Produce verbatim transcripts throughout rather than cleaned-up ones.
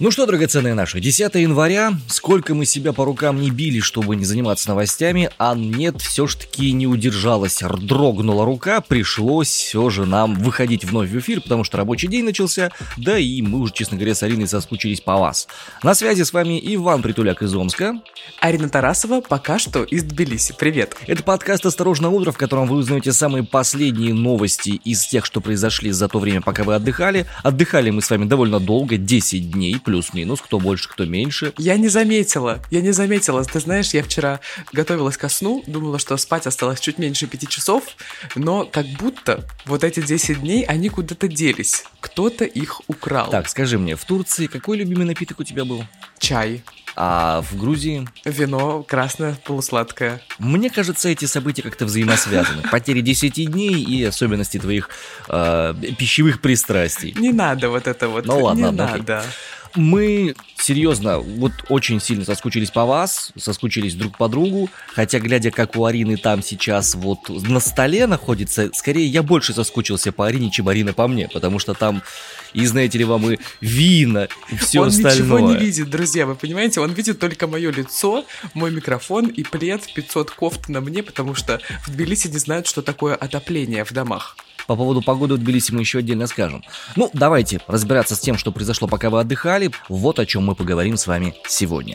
Ну что, драгоценные наши, десятого января, сколько мы себя по рукам не били, чтобы не заниматься новостями, а нет, все ж таки не удержалась, дрогнула рука, пришлось все же нам выходить вновь в эфир, потому что рабочий день начался, да и мы уже, честно говоря, с Ариной соскучились по вас. На связи с вами Иван Притуляк из Омска. Арина Тарасова пока что из Тбилиси. Привет. Это подкаст «Осторожно, утро», в котором вы узнаете самые последние новости из тех, что произошли за то время, пока вы отдыхали. Отдыхали мы с вами довольно долго, десять дней, плюс-минус, кто больше, кто меньше. Я не заметила, я не заметила. Ты знаешь, я вчера готовилась ко сну, думала, что спать осталось чуть меньше пяти часов, но как будто вот эти десять дней, они куда-то делись. Кто-то их украл. Так, скажи мне, в Турции какой любимый напиток у тебя был? Чай. А в Грузии? Вино красное, полусладкое. Мне кажется, эти события как-то взаимосвязаны. Потери десяти дней и особенности твоих э, пищевых пристрастий. Не надо вот это вот. Ну ладно, не ладно, надо. Окей. Мы, серьезно, вот очень сильно соскучились по вас, соскучились друг по другу, хотя, глядя, как у Арины там сейчас вот на столе находится, скорее я больше соскучился по Арине, чем Арина по мне, потому что там, и знаете ли вам, и вина, и все он остальное. Он ничего не видит, друзья, вы понимаете, он видит только мое лицо, мой микрофон и плед пятьсот кофт на мне, потому что в Тбилиси не знают, что такое отопление в домах. По поводу погоды в Тбилиси мы еще отдельно скажем. Ну, давайте разбираться с тем, что произошло, пока вы отдыхали. Вот о чем мы поговорим с вами сегодня.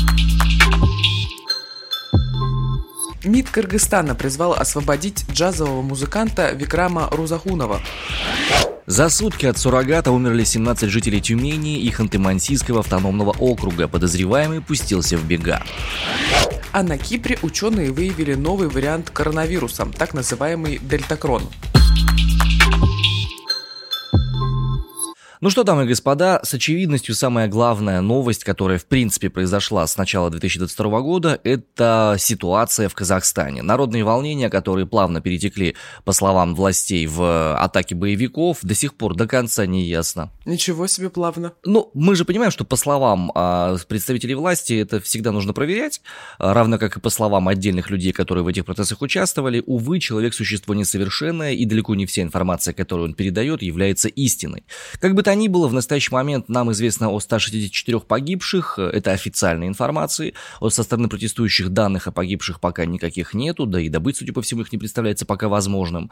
МИД Кыргызстана призвал освободить джазового музыканта Викрама Рузахунова. За сутки от суррогата умерли семнадцать жителей Тюмени и Ханты-Мансийского автономного округа. Подозреваемый пустился в бега. А на Кипре ученые выявили новый вариант коронавируса, так называемый дельтакрон. Ну что, дамы и господа, с очевидностью самая главная новость, которая в принципе произошла с начала две тысячи двадцать второго года, это ситуация в Казахстане. Народные волнения, которые плавно перетекли, по словам властей, в атаки боевиков, до сих пор до конца не ясно. Ничего себе плавно. Ну, мы же понимаем, что по словам а, представителей власти это всегда нужно проверять, а, равно как и по словам отдельных людей, которые в этих процессах участвовали. Увы, человек – существо несовершенное, и далеко не вся информация, которую он передает, является истиной. Как бы то ни было, в настоящий момент нам известно о ста шестидесяти четырёх погибших, это официальная информация, со стороны протестующих данных о погибших пока никаких нету, да и добыть, судя по всему, их не представляется пока возможным.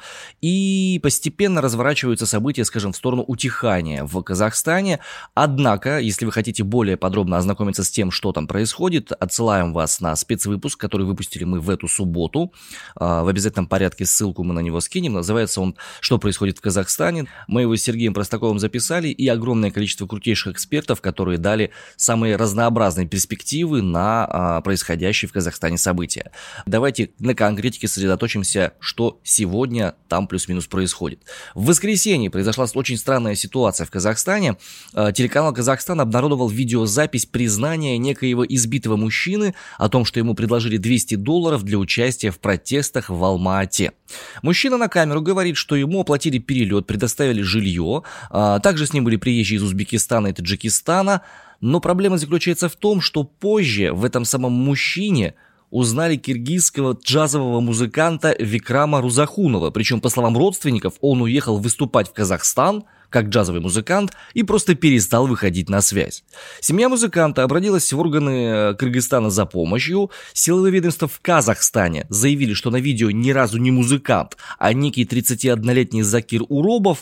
И постепенно разворачиваются события, скажем, в сторону утихания в Казахстане. Однако, если вы хотите более подробно ознакомиться с тем, что там происходит, отсылаем вас на спецвыпуск, который выпустили мы в эту субботу. В обязательном порядке ссылку мы на него скинем. Называется он «Что происходит в Казахстане?». Мы его с Сергеем Простаковым записали, и огромное количество крутейших экспертов, которые дали самые разнообразные перспективы на а, происходящие в Казахстане события. Давайте на конкретике сосредоточимся, что сегодня там плюс-минус происходит. В воскресенье произошла очень странная ситуация в Казахстане. А, телеканал «Казахстан» обнародовал видеозапись признания некоего избитого мужчины о том, что ему предложили двести долларов для участия в протестах в Алма-Ате. Мужчина на камеру говорит, что ему оплатили перелет, предоставили жилье, а, также с ним были приезжие из Узбекистана и Таджикистана, но проблема заключается в том, что позже в этом самом мужчине узнали киргизского джазового музыканта Викрама Рузахунова, причем, по словам родственников, он уехал выступать в Казахстан как джазовый музыкант и просто перестал выходить на связь. Семья музыканта обратилась в органы Кыргызстана за помощью. Силовые ведомства в Казахстане заявили, что на видео ни разу не музыкант, а некий тридцатиоднолетний Закир Уробов,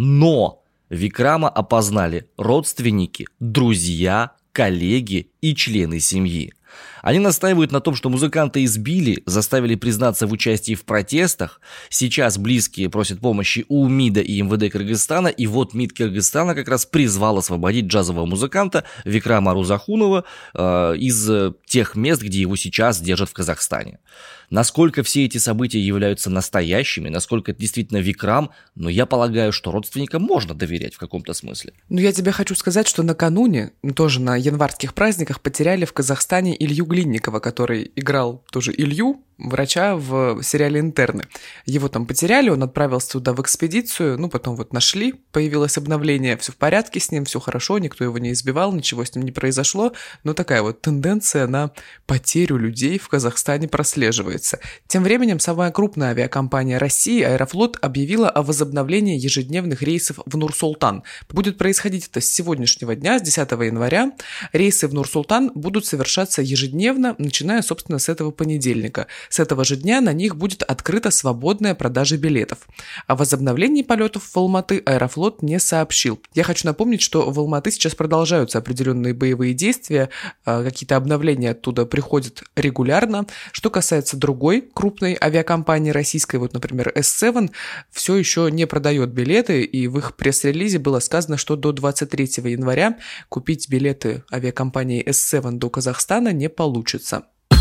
но Викрама опознали родственники, друзья, коллеги и члены семьи. Они настаивают на том, что музыканта избили, заставили признаться в участии в протестах. Сейчас близкие просят помощи у МИДа и МВД Кыргызстана. И вот МИД Кыргызстана как раз призвал освободить джазового музыканта Викрама Рузахунова э, из тех мест, где его сейчас держат в Казахстане. Насколько все эти события являются настоящими, насколько это действительно Викрам, но я полагаю, что родственникам можно доверять в каком-то смысле. Ну, я тебе хочу сказать, что накануне, тоже на январских праздниках, потеряли в Казахстане Илью Углинникова, который играл тоже Илью, врача в сериале «Интерны». Его там потеряли, он отправился туда в экспедицию, ну, потом вот нашли, появилось обновление, все в порядке с ним, все хорошо, никто его не избивал, ничего с ним не произошло, но такая вот тенденция на потерю людей в Казахстане прослеживается. Тем временем самая крупная авиакомпания России, Аэрофлот, объявила о возобновлении ежедневных рейсов в Нур-Султан. Будет происходить это с сегодняшнего дня, с десятого января. Рейсы в Нур-Султан будут совершаться ежедневно, начиная, собственно, с этого понедельника. С этого же дня на них будет открыта свободная продажа билетов. О возобновлении полетов в Алматы Аэрофлот не сообщил. Я хочу напомнить, что в Алматы сейчас продолжаются определенные боевые действия, какие-то обновления оттуда приходят регулярно. Что касается другой крупной авиакомпании российской, вот, например, эс семь, все еще не продает билеты, и в их пресс-релизе было сказано, что до двадцать третьего января купить билеты авиакомпании эс семь до Казахстана не получится.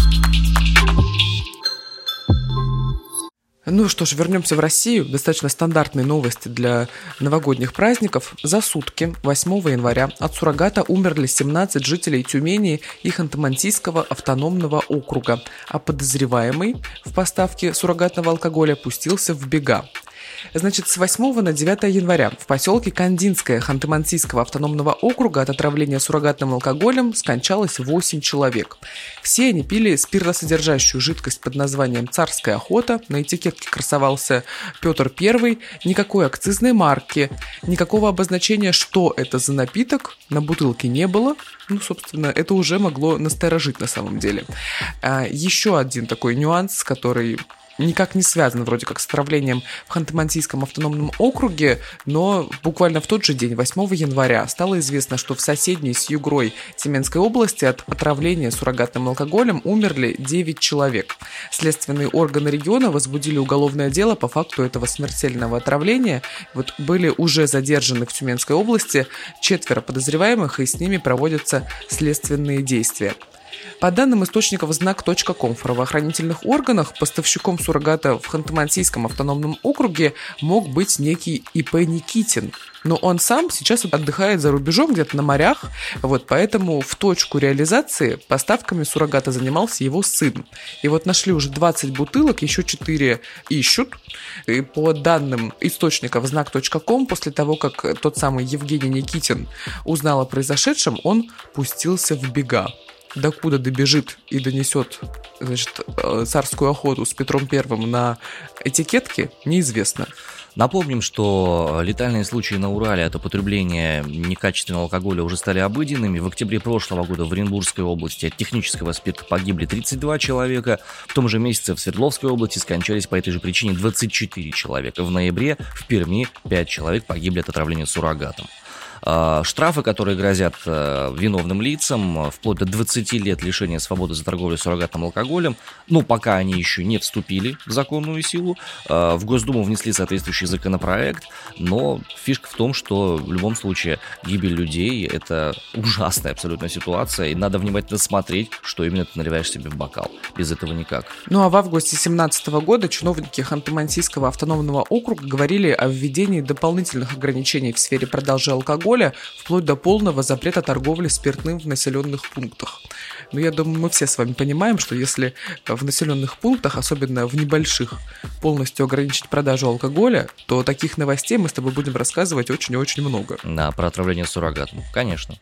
Ну что ж, вернемся в Россию. Достаточно стандартные новости для новогодних праздников. За сутки, восьмого января, от суррогата умерли семнадцать жителей Тюмени и Ханты-Мансийского автономного округа, а подозреваемый в поставке суррогатного алкоголя пустился в бега. Значит, с восьмого на девятое января в поселке Кандинское Ханты-Мансийского автономного округа от отравления суррогатным алкоголем скончалось восемь человек. Все они пили спиртосодержащую жидкость под названием «Царская охота», на этикетке красовался Петр Первый, никакой акцизной марки, никакого обозначения, что это за напиток, на бутылке не было. Ну, собственно, это уже могло насторожить на самом деле. А, еще один такой нюанс, который никак не связан вроде как с отравлением в Ханты-Мансийском автономном округе, но буквально в тот же день, восьмого января, стало известно, что в соседней с Югрой Тюменской области от отравления суррогатным алкоголем умерли девять человек. Следственные органы региона возбудили уголовное дело по факту этого смертельного отравления. Вот были уже задержаны в Тюменской области четверо подозреваемых, и с ними проводятся следственные действия. По данным источников знак точка ком, в правоохранительных органах поставщиком суррогата в Ханты-Мансийском автономном округе мог быть некий И П Никитин. Но он сам сейчас отдыхает за рубежом, где-то на морях, вот, поэтому в точку реализации поставками суррогата занимался его сын. И вот нашли уже двадцать бутылок, еще четыре ищут. И по данным источников знак точка ком, после того, как тот самый Евгений Никитин узнал о произошедшем, он пустился в бега. Докуда добежит и донесет, значит, царскую охоту с Петром Первым на этикетке, неизвестно. Напомним, что летальные случаи на Урале от употребления некачественного алкоголя уже стали обыденными. В октябре прошлого года в Оренбургской области от технического спирта погибли тридцать два человека. В том же месяце в Свердловской области скончались по этой же причине двадцать четыре человека. В ноябре в Перми пять человек погибли от отравления суррогатом. Штрафы, которые грозят виновным лицам, вплоть до двадцати лет лишения свободы за торговлю суррогатным алкоголем, ну, пока они еще не вступили в законную силу. В Госдуму внесли соответствующий законопроект, но фишка в том, что в любом случае гибель людей – это ужасная абсолютно ситуация, и надо внимательно смотреть, что именно ты наливаешь себе в бокал. Без этого никак. Ну, а в августе две тысячи семнадцатого года чиновники Ханты-Мансийского автономного округа говорили о введении дополнительных ограничений в сфере продажи алкоголя, вплоть до полного запрета торговли спиртным в населенных пунктах. Но я думаю, мы все с вами понимаем, что если в населенных пунктах, особенно в небольших, полностью ограничить продажу алкоголя, то таких новостей мы с тобой будем рассказывать очень и очень много. Да, про отравление суррогатом, конечно.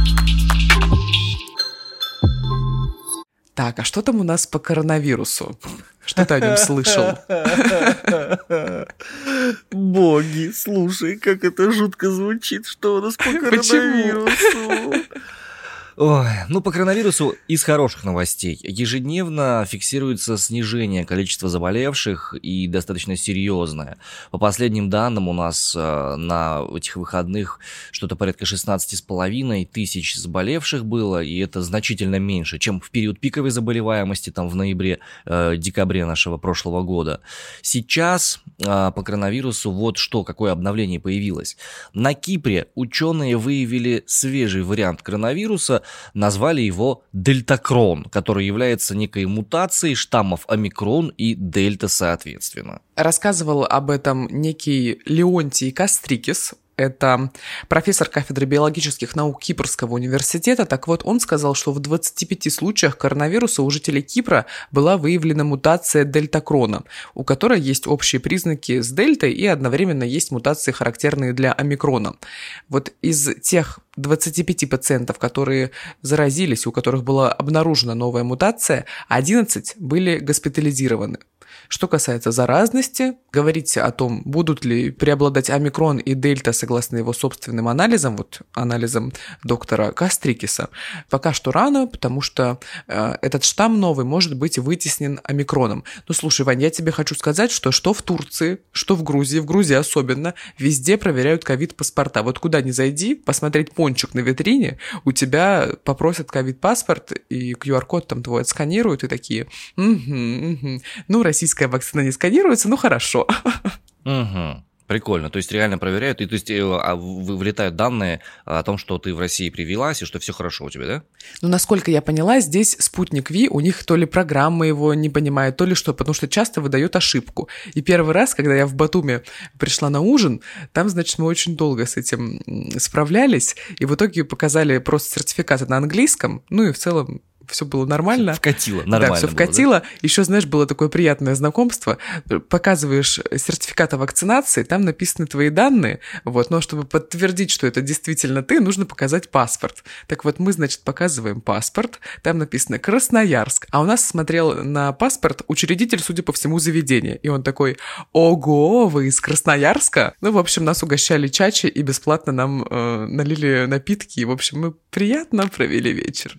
Так, а что там у нас по коронавирусу? Что ты о нем слышал? Боги, слушай, как это жутко звучит, что у нас по коронавирусу. Ой, ну, по коронавирусу из хороших новостей. Ежедневно фиксируется снижение количества заболевших, и достаточно серьезное. По последним данным, у нас э, на этих выходных что-то порядка шестнадцать с половиной тысяч заболевших было, и это значительно меньше, чем в период пиковой заболеваемости, там в ноябре-декабре нашего прошлого года. Сейчас э, по коронавирусу вот что, какое обновление появилось. На Кипре ученые выявили свежий вариант коронавируса, назвали его дельтакрон, который является некой мутацией штаммов омикрон и дельта соответственно. Рассказывал об этом некий Леонтий Кастрикис. это профессор кафедры биологических наук Кипрского университета. Так вот, он сказал, что в двадцати пяти случаях коронавируса у жителей Кипра была выявлена мутация дельтакрона, у которой есть общие признаки с дельтой и одновременно есть мутации, характерные для омикрона. Вот из тех двадцати пяти пациентов, которые заразились, у которых была обнаружена новая мутация, одиннадцать были госпитализированы. Что касается заразности, говорить о том, будут ли преобладать омикрон и дельта согласно его собственным анализам, вот анализам доктора Кастрикиса, пока что рано, потому что э, этот штамм новый может быть вытеснен омикроном. Ну слушай, Вань, я тебе хочу сказать, что что в Турции, что в Грузии, в Грузии особенно, везде проверяют ковид-паспорта. Вот куда ни зайди, посмотреть пончик на витрине, у тебя попросят ковид-паспорт, и ку ар-код там твой отсканируют, и такие, угу, угу. Ну, российская вакцина не сканируется, ну хорошо. Угу. Прикольно, то есть реально проверяют, и то есть вылетают данные о том, что ты в России привилась, и что все хорошо у тебя, да? Ну, насколько я поняла, здесь спутник Ви, у них то ли программа его не понимает, то ли что, потому что часто выдает ошибку. И первый раз, когда я в Батуми пришла на ужин, там, значит, мы очень долго с этим справлялись, и в итоге показали просто сертификаты на английском, ну и в целом все было нормально. Вкатило, нормально. Да, все вкатило. Да? Еще, знаешь, было такое приятное знакомство. Показываешь сертификат о вакцинации, там написаны твои данные, вот, но чтобы подтвердить, что это действительно ты, нужно показать паспорт. Так вот, мы, значит, показываем паспорт, там написано Красноярск, а у нас смотрел на паспорт учредитель, судя по всему, заведения. И он такой: ого, вы из Красноярска? Ну, в общем, нас угощали чачи и бесплатно нам э, налили напитки. И, в общем, мы приятно провели вечер.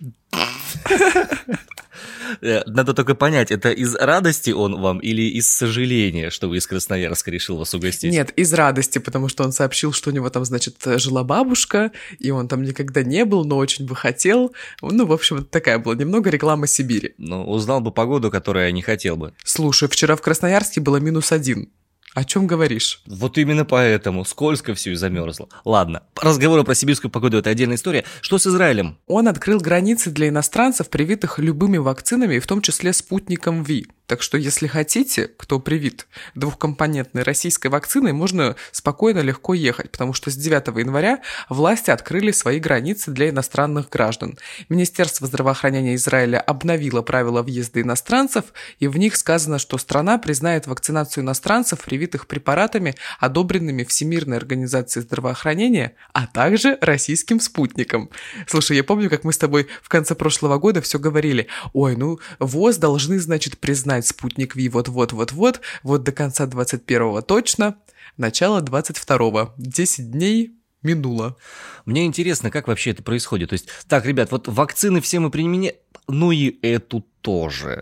Надо только понять, это из радости он вам или из сожаления, что вы из Красноярска решил вас угостить? Нет, из радости, потому что он сообщил, что у него там, значит, жила бабушка, и он там никогда не был, но очень бы хотел. Ну, в общем, такая была немного реклама Сибири. Ну, узнал бы погоду, которую я не хотел бы. Слушай, вчера в Красноярске было минус один. О чем говоришь? Вот именно поэтому. Скользко все и замерзло. Ладно, разговоры про сибирскую погоду – это отдельная история. Что с Израилем? Он открыл границы для иностранцев, привитых любыми вакцинами, в том числе спутником Ви. Так что, если хотите, кто привит двухкомпонентной российской вакциной, можно спокойно, легко ехать, потому что с девятого января власти открыли свои границы для иностранных граждан. Министерство здравоохранения Израиля обновило правила въезда иностранцев, и в них сказано, что страна признает вакцинацию иностранцев, привитых препаратами, одобренными Всемирной организацией здравоохранения, а также российским спутником. Слушай, я помню, как мы с тобой в конце прошлого года все говорили: ой, ну, ВОЗ должны, значит, признать спутник Ви вот-вот-вот-вот, вот до конца двадцать первого точно, начало двадцать второго, десять дней минуло. Мне интересно, как вообще это происходит. То есть, так, ребят, вот вакцины все мы применили, ну и эту тоже.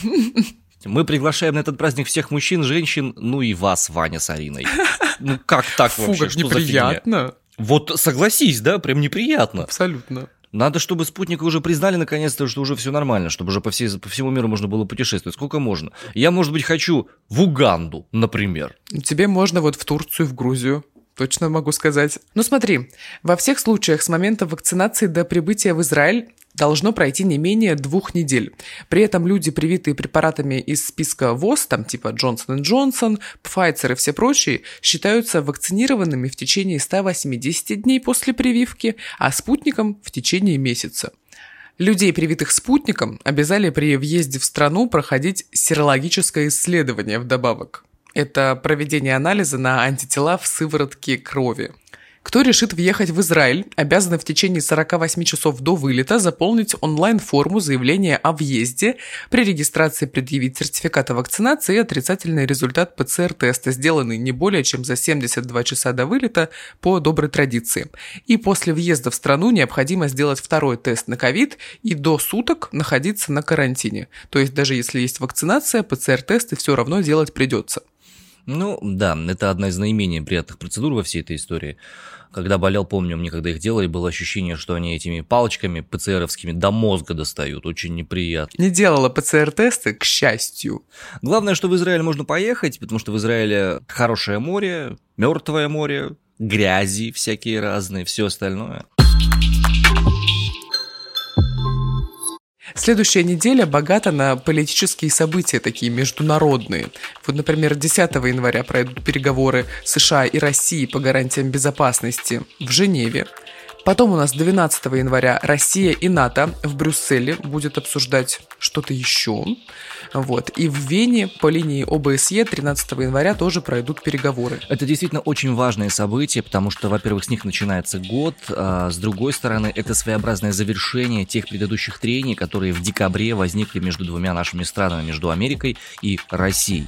Мы приглашаем на этот праздник всех мужчин, женщин, ну и вас, Ваня с Ариной. Ну как так Фу, вообще? как Что неприятно. за фигня? Вот согласись, да, прям неприятно. Абсолютно. Надо, чтобы спутника уже признали наконец-то, что уже все нормально, чтобы уже по, всей, по всему миру можно было путешествовать. Сколько можно? Я, может быть, хочу в Уганду, например. Тебе можно вот в Турцию, в Грузию. Точно могу сказать. Ну смотри, во всех случаях с момента вакцинации до прибытия в Израиль должно пройти не менее двух недель. При этом люди, привитые препаратами из списка ВОЗ, там типа Джонсон энд Джонсон, Pfizer и все прочие, считаются вакцинированными в течение ста восьмидесяти дней после прививки, а спутником в течение месяца. Людей, привитых спутником, обязали при въезде в страну проходить серологическое исследование вдобавок. Это проведение анализа на антитела в сыворотке крови. Кто решит въехать в Израиль, обязаны в течение сорока восьми часов до вылета заполнить онлайн-форму заявления о въезде, при регистрации предъявить сертификат о вакцинации и отрицательный результат пэ цэ эр-теста, сделанный не более чем за семьдесят два часа до вылета по доброй традиции. И после въезда в страну необходимо сделать второй тест на ковид и до суток находиться на карантине. То есть даже если есть вакцинация, пэ цэ эр-тесты все равно делать придется. Ну, да, это одна из наименее приятных процедур во всей этой истории. Когда болел, помню, мне когда их делали, было ощущение, что они этими палочками пэ цэ эровскими до мозга достают. Очень неприятно. Не делала пэ цэ эр-тесты, к счастью. Главное, что в Израиль можно поехать, потому что в Израиле хорошее море, мертвое море, грязи всякие разные, все остальное. Следующая неделя богата на политические события, такие международные. Вот, например, десятого января пройдут переговоры США и России по гарантиям безопасности в Женеве. Потом у нас двенадцатого января Россия и НАТО в Брюсселе будет обсуждать что-то еще. Вот. И в Вене по линии о бэ эс е тринадцатого января тоже пройдут переговоры. Это действительно очень важные события, потому что, во-первых, с них начинается год, а с другой стороны, это своеобразное завершение тех предыдущих трений, которые в декабре возникли между двумя нашими странами, между Америкой и Россией.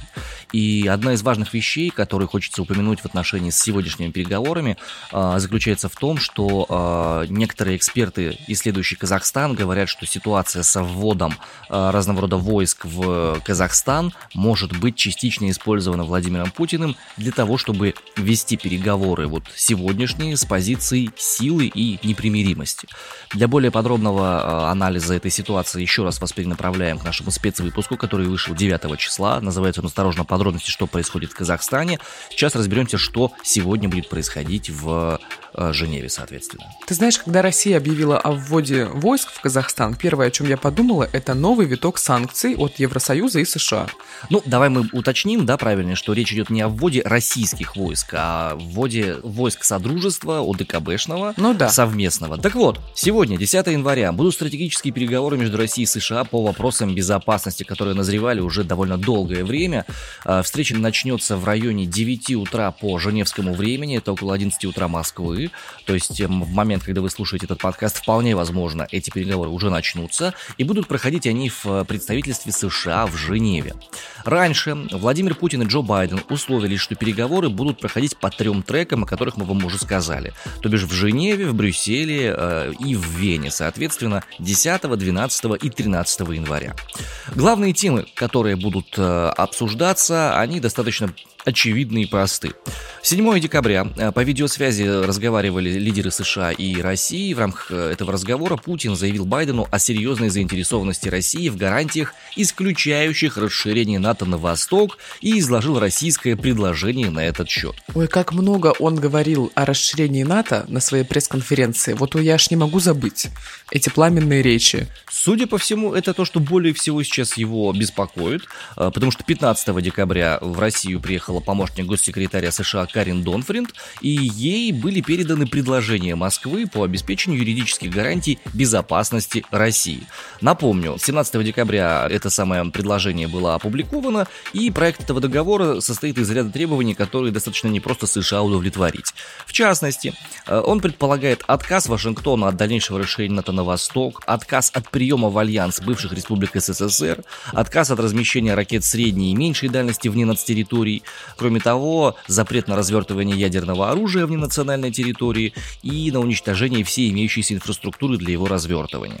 И одна из важных вещей, которые хочется упомянуть в отношении с сегодняшними переговорами, заключается в том, что некоторые эксперты, исследующие Казахстан, говорят, что ситуация со вводом разного рода войск в Казахстан может быть частично использована Владимиром Путиным для того, чтобы вести переговоры вот сегодняшние с позицией силы и непримиримости. Для более подробного анализа этой ситуации еще раз вас перенаправляем к нашему спецвыпуску, который вышел девятого числа. Называется он «Осторожно, подробности, что происходит в Казахстане». Сейчас разберемся, что сегодня будет происходить в Женеве, соответственно. Ты знаешь, когда Россия объявила о вводе войск в Казахстан, первое, о чем я подумала, это новый виток санкций от Евросоюза и США. Ну, давай мы уточним, да, правильно, что речь идет не о вводе российских войск, а о вводе войск Содружества, ОДКБшного, ну, да. совместного. Так вот, сегодня, десятого января, будут стратегические переговоры между Россией и США по вопросам безопасности, которые назревали уже довольно долгое время. Встреча начнется в районе девяти утра по женевскому времени, это около одиннадцати утра Москвы. То есть в момент, когда вы слушаете этот подкаст, вполне возможно, эти переговоры уже начнутся, и будут проходить они в представительстве США в Женеве. Раньше Владимир Путин и Джо Байден условились, что переговоры будут проходить по трем трекам, о которых мы вам уже сказали. То бишь в Женеве, в Брюсселе э, и в Вене, соответственно, десятого, двенадцатого и тринадцатого января. Главные темы, которые будут э, обсуждаться, они достаточно очевидны и просты. седьмого декабря по видеосвязи разговаривали лидеры США и России. В рамках этого разговора Путин заявил Байдену о серьезной заинтересованности России в гарантиях, исключающих расширение НАТО на восток, и изложил российское предложение на этот счет. Ой, как много он говорил о расширении НАТО на своей пресс-конференции. Вот я аж не могу забыть эти пламенные речи. Судя по всему, это то, что более всего сейчас его беспокоит, потому что пятнадцатого декабря в Россию приехала помощник госсекретаря США Карин Донфринд, и ей были переданы предложения Москвы по обеспечению юридических гарантий безопасности России. Напомню, семнадцатого декабря это самое предложение было опубликовано, и проект этого договора состоит из ряда требований, которые достаточно непросто США удовлетворить. В частности, он предполагает отказ Вашингтона от дальнейшего расширения НАТО на восток, отказ от приема в альянс бывших республик эс эс эс эр, отказ от размещения ракет средней и меньшей дальности вне нацтерриторий. Кроме того, запрет на развертывание ядерного оружия вне национальной территории и на уничтожение всей имеющейся инфраструктуры для его развертывания.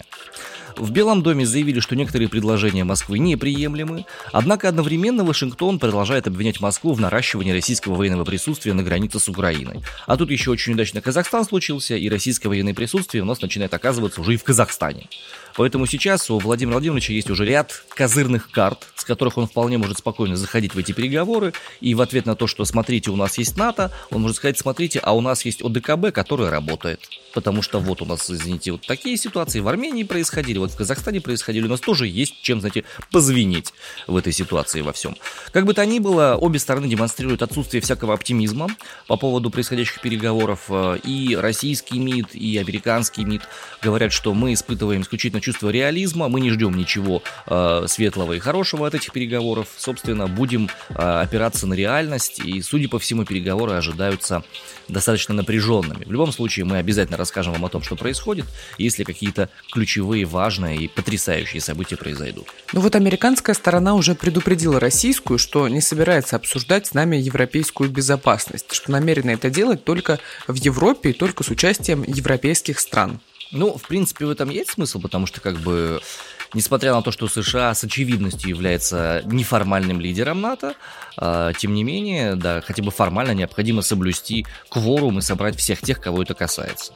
В Белом доме заявили, что некоторые предложения Москвы неприемлемы, однако одновременно Вашингтон продолжает обвинять Москву в наращивании российского военного присутствия на границе с Украиной. А тут еще очень удачно Казахстан случился, и российское военное присутствие у нас начинает оказываться уже и в Казахстане. Поэтому сейчас у Владимира Владимировича есть уже ряд козырных карт, с которых он вполне может спокойно заходить в эти переговоры, и в ответ на то, что смотрите, у нас есть НАТО, он может сказать, смотрите, а у нас есть о дэ ка бэ, которая работает. Потому что вот у нас, извините, вот такие ситуации в Армении происходили, вот в Казахстане происходили, у нас тоже есть чем, знаете, позвенеть в этой ситуации во всем. Как бы то ни было, обе стороны демонстрируют отсутствие всякого оптимизма по поводу происходящих переговоров, и российский МИД, и американский МИД говорят, что мы испытываем исключительно чувство реализма, мы не ждем ничего э, светлого и хорошего от этих переговоров, собственно, будем э, опираться на реальность, и, судя по всему, переговоры ожидаются достаточно напряженными. В любом случае, мы обязательно расскажем вам о том, что происходит, если какие-то ключевые, важные и потрясающие события произойдут. Ну вот американская сторона уже предупредила российскую, что не собирается обсуждать с нами европейскую безопасность, что намерена это делать только в Европе и только с участием европейских стран. Ну, в принципе, в этом есть смысл, потому что, как бы, несмотря на то, что США с очевидностью является неформальным лидером НАТО, э, тем не менее, да, хотя бы формально необходимо соблюсти кворум и собрать всех тех, кого это касается.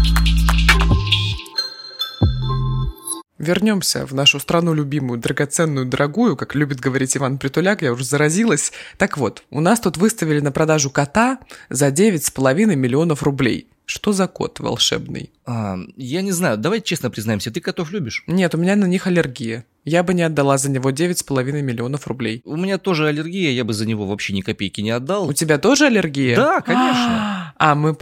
Вернемся в нашу страну любимую, драгоценную, дорогую, как любит говорить Иван Притуляк, я уже заразилась. Так вот, у нас тут выставили на продажу кота за девять с половиной миллионов рублей. Что за кот волшебный? А, я не знаю, давай честно признаемся, ты котов любишь? Нет, у меня на них аллергия. Я бы не отдала за него девять с половиной миллионов рублей. У меня тоже аллергия, я бы за него вообще ни копейки не отдал. У тебя тоже аллергия? Да, конечно. А мы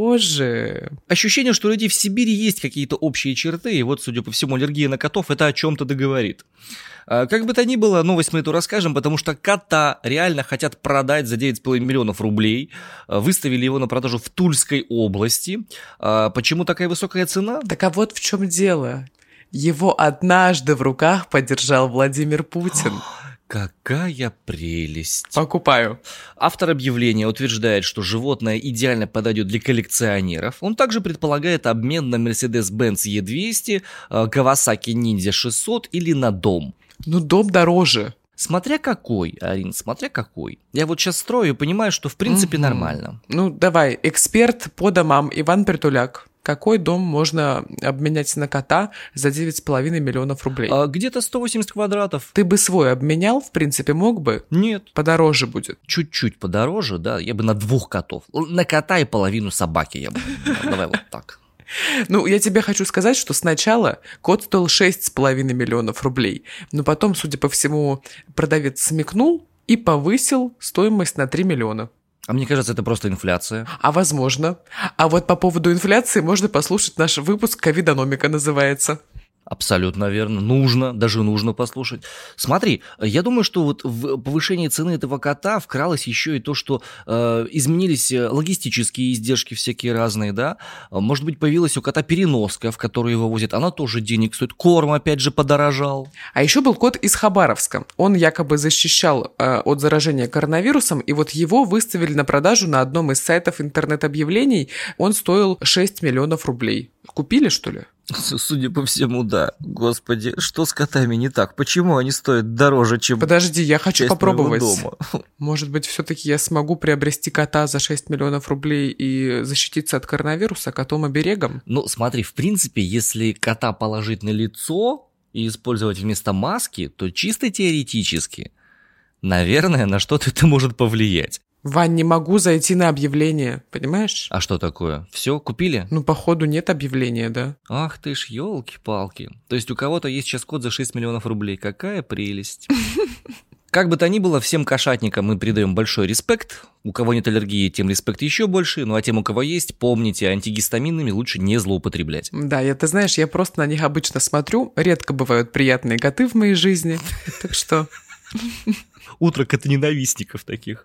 похожи. Ощущение, что у людей в Сибири есть какие-то общие черты, и вот, судя по всему, аллергия на котов это о чем-то договорит. Как бы то ни было, новость мы эту расскажем, потому что кота реально хотят продать за девять с половиной миллионов рублей. Выставили его на продажу в Тульской области. Почему такая высокая цена? Так а вот в чем дело. Его однажды в руках подержал Владимир Путин. Какая прелесть. Покупаю. Автор объявления утверждает, что животное идеально подойдет для коллекционеров. Он также предполагает обмен на Mercedes-Benz и двести, Kawasaki Ninja шестьсот или на дом. Ну, дом дороже. Смотря какой, Арин, смотря какой. Я вот сейчас строю и понимаю, что в принципе угу. нормально. Ну, давай, эксперт по домам Иван Притуляк. Какой дом можно обменять на кота за девять с половиной миллионов рублей? А, где-то сто восемьдесят квадратов. Ты бы свой обменял, в принципе, мог бы? Нет. Подороже будет. Чуть-чуть подороже, да. Я бы на двух котов. На кота и половину собаки я бы. Давай вот так. Ну, я тебе хочу сказать, что сначала кот стоил шесть с половиной миллионов рублей, но потом, судя по всему, продавец смекнул и повысил стоимость на три миллиона. А мне кажется, это просто инфляция. А возможно. А вот по поводу инфляции можно послушать наш выпуск «Ковидономика» называется. Абсолютно верно. Нужно, даже нужно послушать. Смотри, я думаю, что вот в повышении цены этого кота вкралось еще и то, что э, изменились логистические издержки всякие разные, да. Может быть, появилась у кота переноска, в которую его возят. Она тоже денег стоит. Корм, опять же, подорожал. А еще был кот из Хабаровска. Он якобы защищал э, от заражения коронавирусом, и вот его выставили на продажу на одном из сайтов интернет-объявлений. Он стоил шесть миллионов рублей. Купили, что ли? Судя по всему, да. Господи, что с котами не так? Почему они стоят дороже, чем... Подожди, я хочу попробовать. Дома? Может быть, все-таки я смогу приобрести кота за шесть миллионов рублей и защититься от коронавируса котом-оберегом? Ну, смотри, в принципе, если кота положить на лицо и использовать вместо маски, то чисто теоретически, наверное, на что-то это может повлиять. Вань, не могу зайти на объявление, понимаешь? А что такое? Все, купили? Ну, походу, нет объявления, да. Ах ты ж, елки-палки. То есть у кого-то есть сейчас кот за шесть миллионов рублей. Какая прелесть. Как бы то ни было, всем кошатникам мы придаем большой респект. У кого нет аллергии, тем респект еще больше. Ну а тем, у кого есть, помните, антигистаминными лучше не злоупотреблять. Да, я, ты знаешь, я просто на них обычно смотрю. Редко бывают приятные коты в моей жизни. Так что... Утро котоненавистников таких.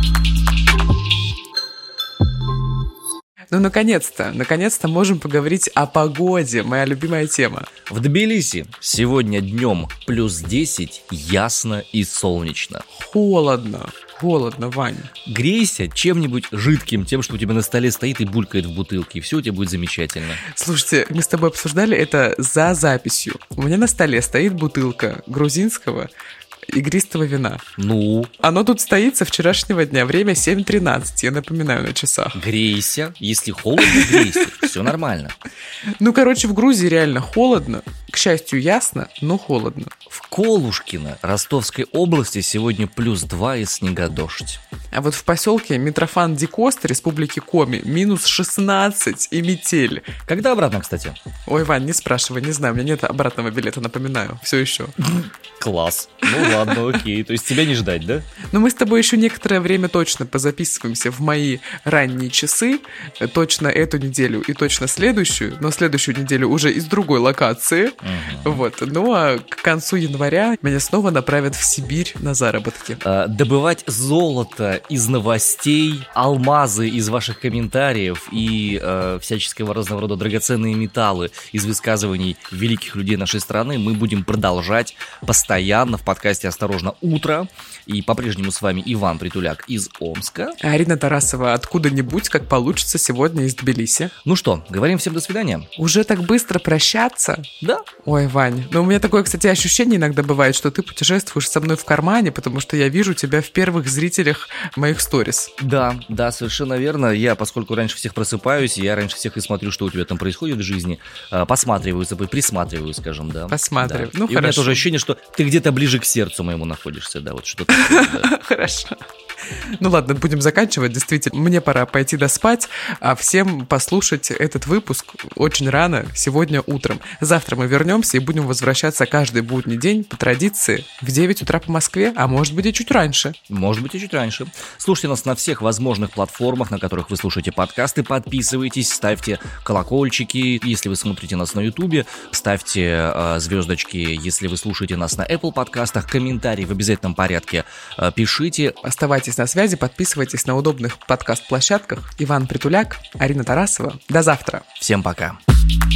Ну, наконец-то, наконец-то можем поговорить о погоде, моя любимая тема. В Тбилиси сегодня днем плюс десять, ясно и солнечно. Холодно, холодно, Вань. Грейся чем-нибудь жидким, тем, что у тебя на столе стоит и булькает в бутылке, и все у тебя будет замечательно. Слушайте, мы с тобой обсуждали это за записью. У меня на столе стоит бутылка грузинского игристого вина. Ну? Оно тут стоит со вчерашнего дня, время семь тринадцать, я напоминаю, на часах. Грейся, если холодно, грейся, все нормально. Ну, короче, в Грузии реально холодно. К счастью, ясно, но холодно. В Колушкино, Ростовской области, сегодня плюс два и снегодождь. А вот в поселке Митрофан Дикост, Республики Коми, минус шестнадцать и метель. Когда обратно, кстати? Ой, Вань, не спрашивай, не знаю, у меня нет обратного билета, напоминаю, все еще. Класс. Ну ладно, окей, то есть тебя не ждать, да? Но мы с тобой еще некоторое время точно позаписываемся в мои ранние часы, точно эту неделю и точно следующую, но следующую неделю уже из другой локации. Uh-huh. Вот. Ну а к концу января меня снова направят в Сибирь на заработки. А, добывать золото из новостей, алмазы из ваших комментариев и а, всяческого разного рода драгоценные металлы из высказываний великих людей нашей страны мы будем продолжать постоянно в подкасте «Осторожно, утро». И по-прежнему с вами Иван Притуляк из Омска. А Арина Тарасова откуда-нибудь, как получится, сегодня из Тбилиси. Ну что, говорим всем до свидания? Уже так быстро прощаться? Да. Ой, Вань, ну у меня такое, кстати, ощущение иногда бывает, что ты путешествуешь со мной в кармане, потому что я вижу тебя в первых зрителях моих сторис. Да, да, совершенно верно. Я, поскольку раньше всех просыпаюсь, я раньше всех и смотрю, что у тебя там происходит в жизни, посматриваю за тобой, присматриваю, скажем, да. Посматриваю, да. ну и хорошо. У меня тоже ощущение, что ты где-то ближе к сердцу моему находишься, да, вот что-то. Хорошо. Ну ладно, будем заканчивать, действительно. Мне пора пойти доспать, а всем послушать этот выпуск очень рано, сегодня утром. Завтра мы вернемся и будем возвращаться каждый будний день по традиции в девять утра по Москве, а может быть и чуть раньше. Может быть и чуть раньше. Слушайте нас на всех возможных платформах, на которых вы слушаете подкасты, подписывайтесь, ставьте колокольчики, если вы смотрите нас на Ютубе, ставьте э, звездочки, если вы слушаете нас на Apple подкастах, комментарии в обязательном порядке э, пишите. Оставайтесь на связи, подписывайтесь на удобных подкаст-площадках. Иван Притуляк, Арина Тарасова. До завтра. Всем пока.